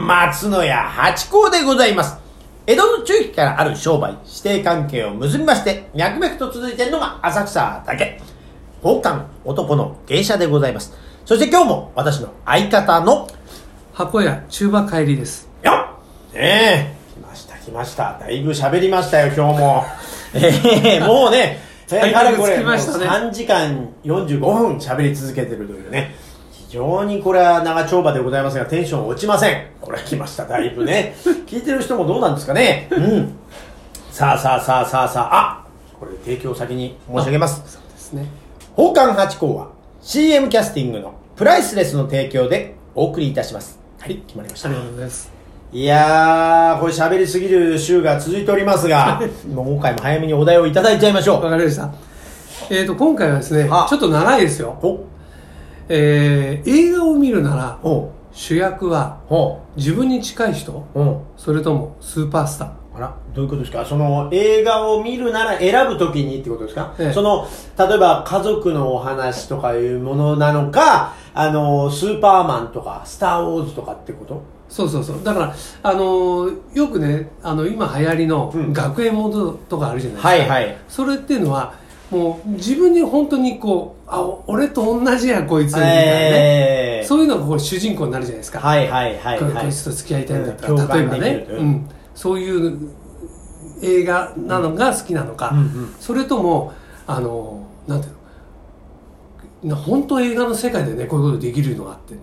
松野屋八甲でございます。江戸の中期からある商売、指定関係を結びまして、脈々と続いているのが浅草だけ。宝冠男の芸者でございます。そして今日も私の相方の箱屋中馬帰りです。 よっねえ、来ました。だいぶ喋りましたよ、今日も。もうね、かれこれ、3時間45分喋り続けてるというね。非常にこれは長丁場でございますが、テンション落ちません。これ来ました、だいぶね。聞いてる人もどうなんですかね。うん。さあ、これ提供先に申し上げます。 そうですね。 宝冠八甲は CM キャスティングのプライスレスの提供でお送りいたします。はい、決まりました。 ありがとうございます。 いやー、これ喋りすぎる週が続いておりますが、今回も早めにお題をいただいちゃいましょう。 わかりました。今回はですね、ちょっと長いですよ。映画を見るなら、主役は自分に近い人、それともスーパースター。 あら、どういうことですか？その映画を見るなら選ぶときにってことですか？その、例えば家族のお話とかいうものなのか、スーパーマンとか、スターウォーズとかってこと？ そう。だから、よくね、今流行りの学園ものとかあるじゃないですか。 はいはい。 それっていうのは、もう自分に本当にこう、俺と同じやこいつみたいなね。そういうのがこう主人公になるじゃないですか。 はい。 こいつと付き合いたいんだったら、例えばね、そういう映画なのが好きなのか、それとも、なんていうの、本当映画の世界でね、こういうことできるのがあって、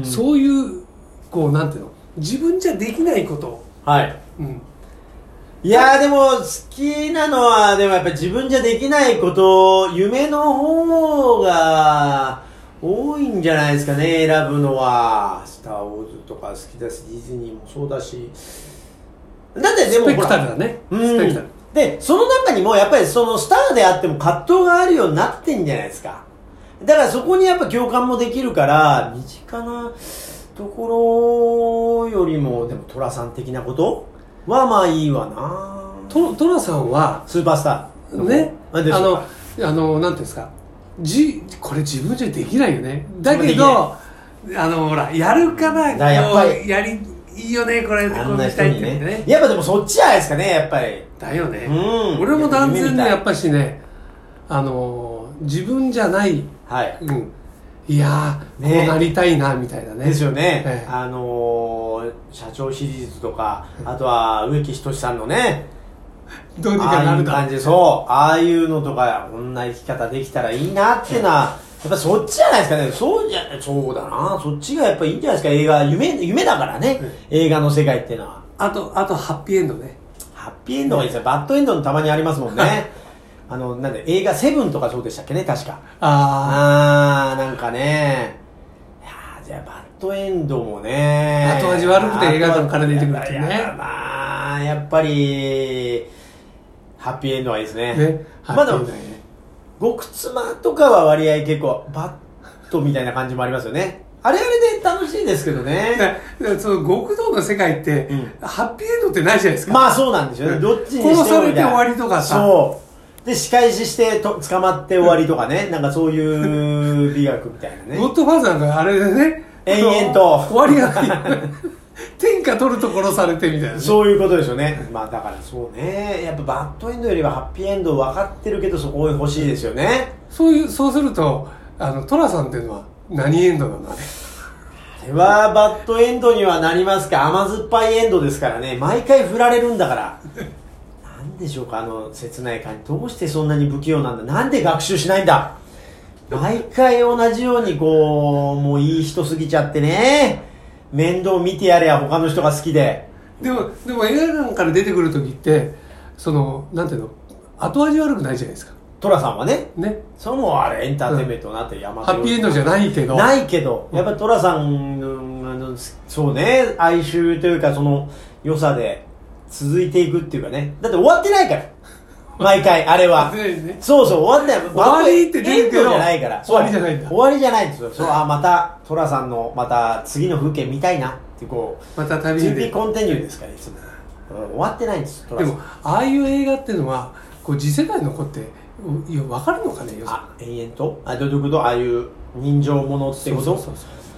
そういう、こう、なんていうの、自分じゃできないことを、いやーでも好きなのはでもやっぱり自分じゃできないこと夢の方が多いんじゃないですかね。選ぶのはスターウォーズとか好きだしディズニーもそうだし、だってでもスペクタルだね。スペクタルでその中にもやっぱりそのスターであっても葛藤があるようになってんじゃないですか。だからそこにやっぱ共感もできるから身近なところよりもでも寅さん的なことはまあいいわな。 寅さんはスーパースターね。なんていうんですか、これ自分じゃできないよね。だけどほらやるからやっぱりいいよねこれあんな人にね。やっぱでもそっちじゃないですかね。やっぱりだよね。俺も断然ねやっぱしね自分じゃない。いやー、こうなりたいなみたいなね。 ですよね。社長シリーズとか、あとは植木仁さんのね、 どうにかなる感じ、そうああいうのとかこんな生き方できたらいいなっていうのはやっぱそっちじゃないですかね。そうだな、そっちがやっぱいいんじゃないですか。映画夢だからね、映画の世界っていうのは。 あとハッピーエンドね。 ハッピーエンドがいいですよ。バッドエンドのたまにありますもんね。なんで映画セブンとかそうでしたっけね、確か。なんかね。いやじゃあバッドエンドもね。 後味悪くて映画館から出てくるってね。 やっぱりハッピーエンドはいいですね。まだ極妻とかは割合結構バッドみたいな感じもありますよね。あれで楽しいですけどね。 その極道の世界って、ハッピーエンドってないじゃないですか。 まあそうなんですよね。どっちにしても殺されて終わりとかさ。 で仕返しして捕まって終わりとかね。なんかそういう美学みたいなね。 ゴッドファーザーがあれでね、 延々と終わりがない。天下取ると殺されてみたいな、ね、 そういうことですよね。まあだからそうね、やっぱバッドエンドよりはハッピーエンド分かってるけどそこ欲しいですよね。 そうすると寅さんっていうのは何エンドなのあれ。 あれはバッドエンドにはなりますか。甘酸っぱいエンドですからね。毎回振られるんだからなんでしょうか、切ない感じ。どうしてそんなに不器用なんだ。なんで学習しないんだ。毎回同じようにもういい人すぎちゃってね、面倒見てやれや他の人が好きで。 でも映画館から出てくる時ってなんていうの、後味悪くないじゃないですか。 寅さんはね。それもあれエンターテインメントになってハッピーエンドじゃないけどやっぱり寅さんのそうね、哀愁というかその良さで続いていくっていうかね。だって終わってないから毎回あれはそう終わったよ。 終わりって出るけどじゃないから。 終わりじゃないんだ。 終わりじゃないんですよ。また寅さんのまた次の風景見たいなってまた旅に出てコンティニューですからいつも終わってないんです。 でもああいう映画っていうのは次世代の子って分かるのかね。 延々とどういうこと。ああいう人情ものってこと。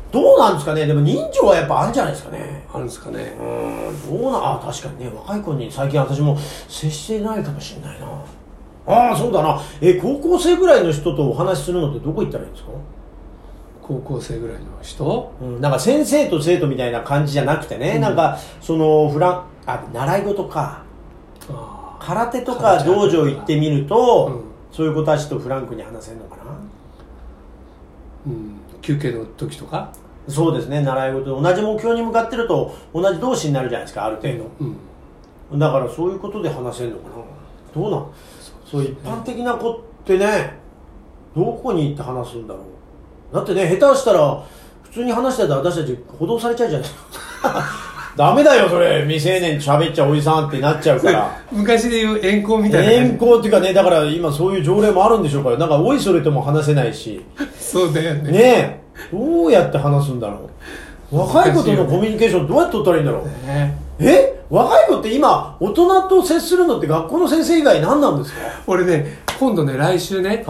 どうなんですかね。でも人情はやっぱあるんじゃないですかね。 あるんですかね。 確かにね、若い子に最近私も接してないかもしれないな。そうだな。高校生ぐらいの人とお話しするのってどこ行ったらいいんですか？ 高校生ぐらいの人、 なんか先生と生徒みたいな感じじゃなくてね、なんかその習い事か、空手とか道場行ってみると、そういう子たちとフランクに話せるのかな。 休憩の時とか。 そうですね、習い事同じ目標に向かってると同じ同士になるじゃないですか、ある程度、だからそういうことで話せるのかな。どうなんそう、一般的な子ってね、どこに行って話すんだろう。だってね、下手したら普通に話してたら私たち補導されちゃうじゃないですかダメだよそれ、未成年と喋っちゃおじさんってなっちゃうから昔でいう遠行みたいな遠行っていうかね、だから今そういう条例もあるんでしょうから、なんかおいそれとも話せないしそうだよね。 ねえ、どうやって話すんだろう。若い子とのコミュニケーションどうやって取ったらいいんだろう。若い子って今大人と接するのって学校の先生以外何なんですか？ 俺ね、今度ね、来週ね、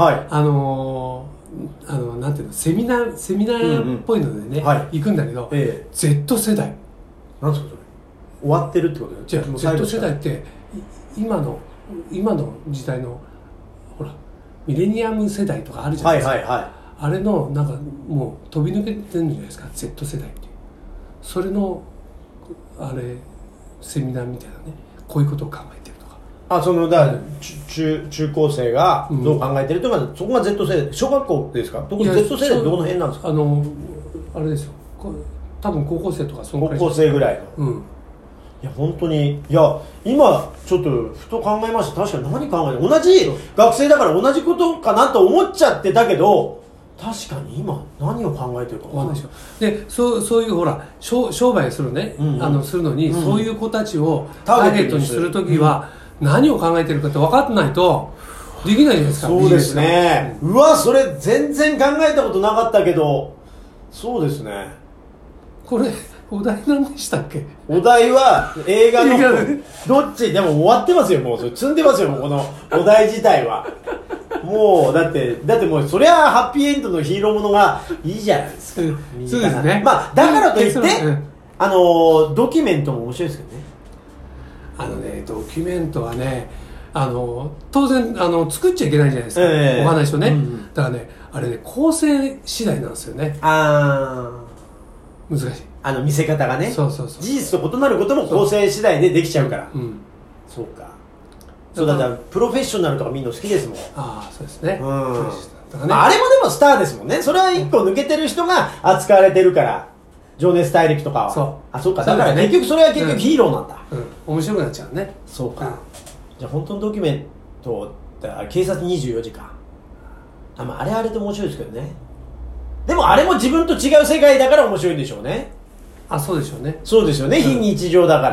なんていうの、セミナーっぽいのでね、行くんだけど、Z 世代。 なんですかそれ？終わってるってこと？ じゃあ Z 世代って今の時代のほらミレニアム世代とかあるじゃないですか。あれのなんかもう飛び抜けてるんじゃないですか、 Z 世代っていう。それのあれセミナーみたいなね、こういうことを考えてるとか。 そのだ中高生がどう考えてるとか、そこが Z 世代。小学校ですか？Z 世代どこの辺なんですか？ あれですよ、多分高校生とかその高校生ぐらいの。いや本当に、いや今ちょっとふと考えました。確かに何考えて、同じ学生だから同じことかなと思っちゃってたけど、確かに今何を考えてるか分かんないでしょ。 でそういうほら商売するね、するのに、そういう子たちをターゲットにするときは、何を考えてるかって分かってないとできないじゃないですか。 そうですね。それ全然考えたことなかったけど、そうですね。 これお題何でしたっけ？ お題は映画のどっちでも終わってますよ。もうそれ積んでますよ、もうこのお題自体はもうだってもうそりゃハッピーエンドのヒーローものがいいじゃないですか。 そうですね。 だからといってドキュメントも面白いですけどね。 ドキュメントはね、当然作っちゃいけないじゃないですか、お話をね、だからね、あれね、構成次第なんですよね。難しい、 見せ方がね。 そう事実と異なることも構成次第でできちゃうから。そうか。そうだからプロフェッショナルとか見るの好きですもん。 そうですね。 あれもでもスターですもんね。それは一個抜けてる人が扱われてるから。情熱大陸とかは。そうか。だから結局それは結局ヒーローなんだ。 面白くなっちゃうね。 そうか。じゃあ本当のドキュメント警察24時か。あれで面白いですけどね。でもあれも自分と違う世界だから面白いんでしょうね。 そうでしょうね。 そうですよね、非日常だから。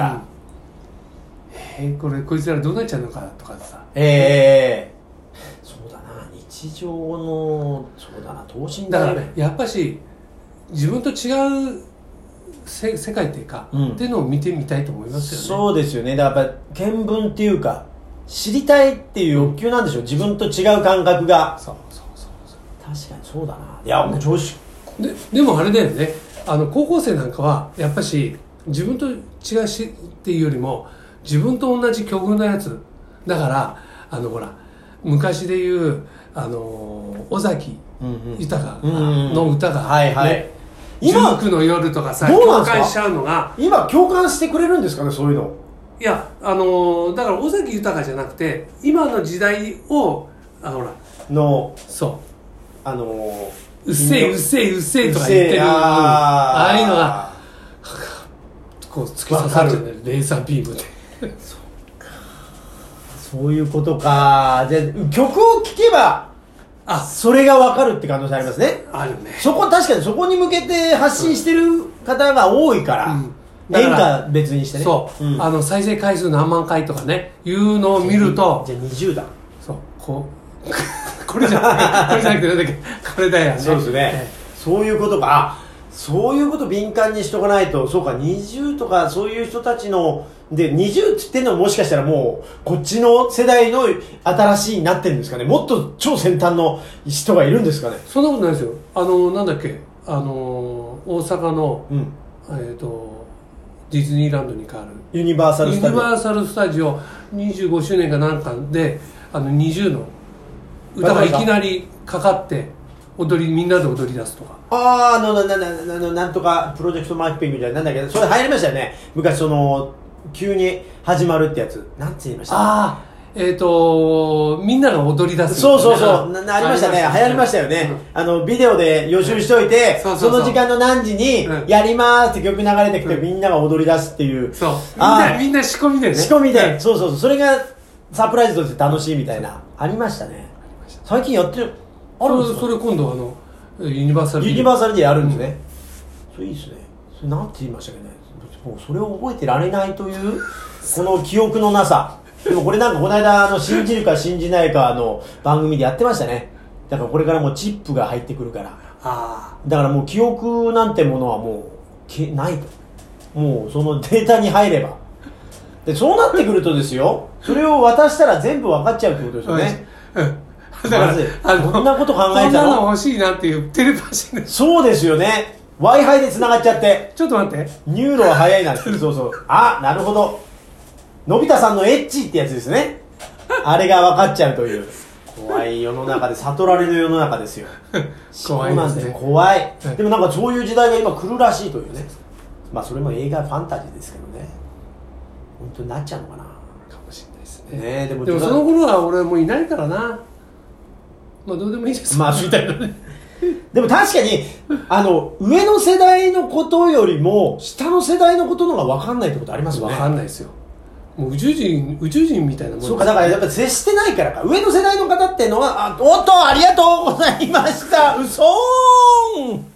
こいつらどうなっちゃうのかとかさ。 そうだな、日常の、そうだな、等身大だからやっぱし自分と違う世界っていうか、っていうのを見てみたいと思いますよね。 そうですよね。だからやっぱ見聞っていうか知りたいっていう欲求なんでしょう、自分と違う感覚が。確かにそうだな。いやもう常識でもあれだよね、高校生なんかはやっぱし自分と違うしっていうよりも自分と同じ境遇のやつだから、ほら昔でいう尾崎豊の歌がね、19の夜とかさ、共感しちゃうのが。 今共感してくれるんですかね、そういうの。 いや、だから尾崎豊じゃなくて今の時代をほらうっせえうっせえうっせえとか言ってる、ああいうのがこう突き刺さるじゃない、レーザービームでそういうことか。じゃあ曲を聴けばそれが分かるって可能性ありますね。 あるね。 確かにそこに向けて発信してる方が多いから、演歌別にしてね。 再生回数何万回とかねいうのを見ると、 じゃあ20だ。 これじゃなくてなんだっけ、これだよね。 そうですね。そういうことか。そういうこと敏感にしとかないと。そうか、20とかそういう人たちので、20って言ってんのはもしかしたらもうこっちの世代の新しいになってるんですかね。もっと超先端の人がいるんですかね。 そんなことないですよ。なんだっけ、 大阪の、ディズニーランドに変わるユニバーサルスタジオ25周年かなんかで20の歌がいきなりかかってみんなで踊り出すとか。 なんとかプロジェクトマーケティングみたいな、なんだけど、それ流行りましたよね昔。急に始まるってやつ、なんて言いました？ みんなが踊り出す。 そうありましたね。流行りましたよね。ビデオで予習しといて、その時間の何時にやりますって曲流れてきて、みんなが踊り出すっていう。 そうみんな仕込みでね。 仕込みで、そうそれがサプライズとして楽しいみたいな、ありましたね。最近やってる。 あるんですか？それ今度ユニバーサルでやるんですね。それいいですね。それなんて言いましたっけね。もうそれを覚えてられないというこの記憶のなさ。でもこれなんかこの間信じるか信じないかの番組でやってましたね。だからこれからもうチップが入ってくるから。だからもう記憶なんてものはもうないと。もうそのデータに入れば。でそうなってくるとですよ。それを渡したら全部分かっちゃうってことですよね。 だからこんなこと考えたの？ こんなの欲しいなっていうテレパシーで。 そうですよね。Wi-Fi で繋がっちゃって。 ちょっと待って。 ニューロは早いなんて。そう。なるほど。のび太さんのエッチってやつですね。あれが分かっちゃうという。怖い世の中で、悟られる世の中ですよ。 怖いですね。 怖い。でもなんかそういう時代が今来るらしいというね。まあそれも映画ファンタジーですけどね。本当になっちゃうのかな。 かもしれないですね。 でもその頃は俺もういないからな。まあどうでもいいです。 まあみたいなね。でも確かに上の世代のことよりも下の世代のことの方が分かんないってことありますよね。 分かんないですよ。もう宇宙人みたいなもんです。 そうか、だからやっぱり接してないからか。上の世代の方っていうのはおっとありがとうございました。うそーん。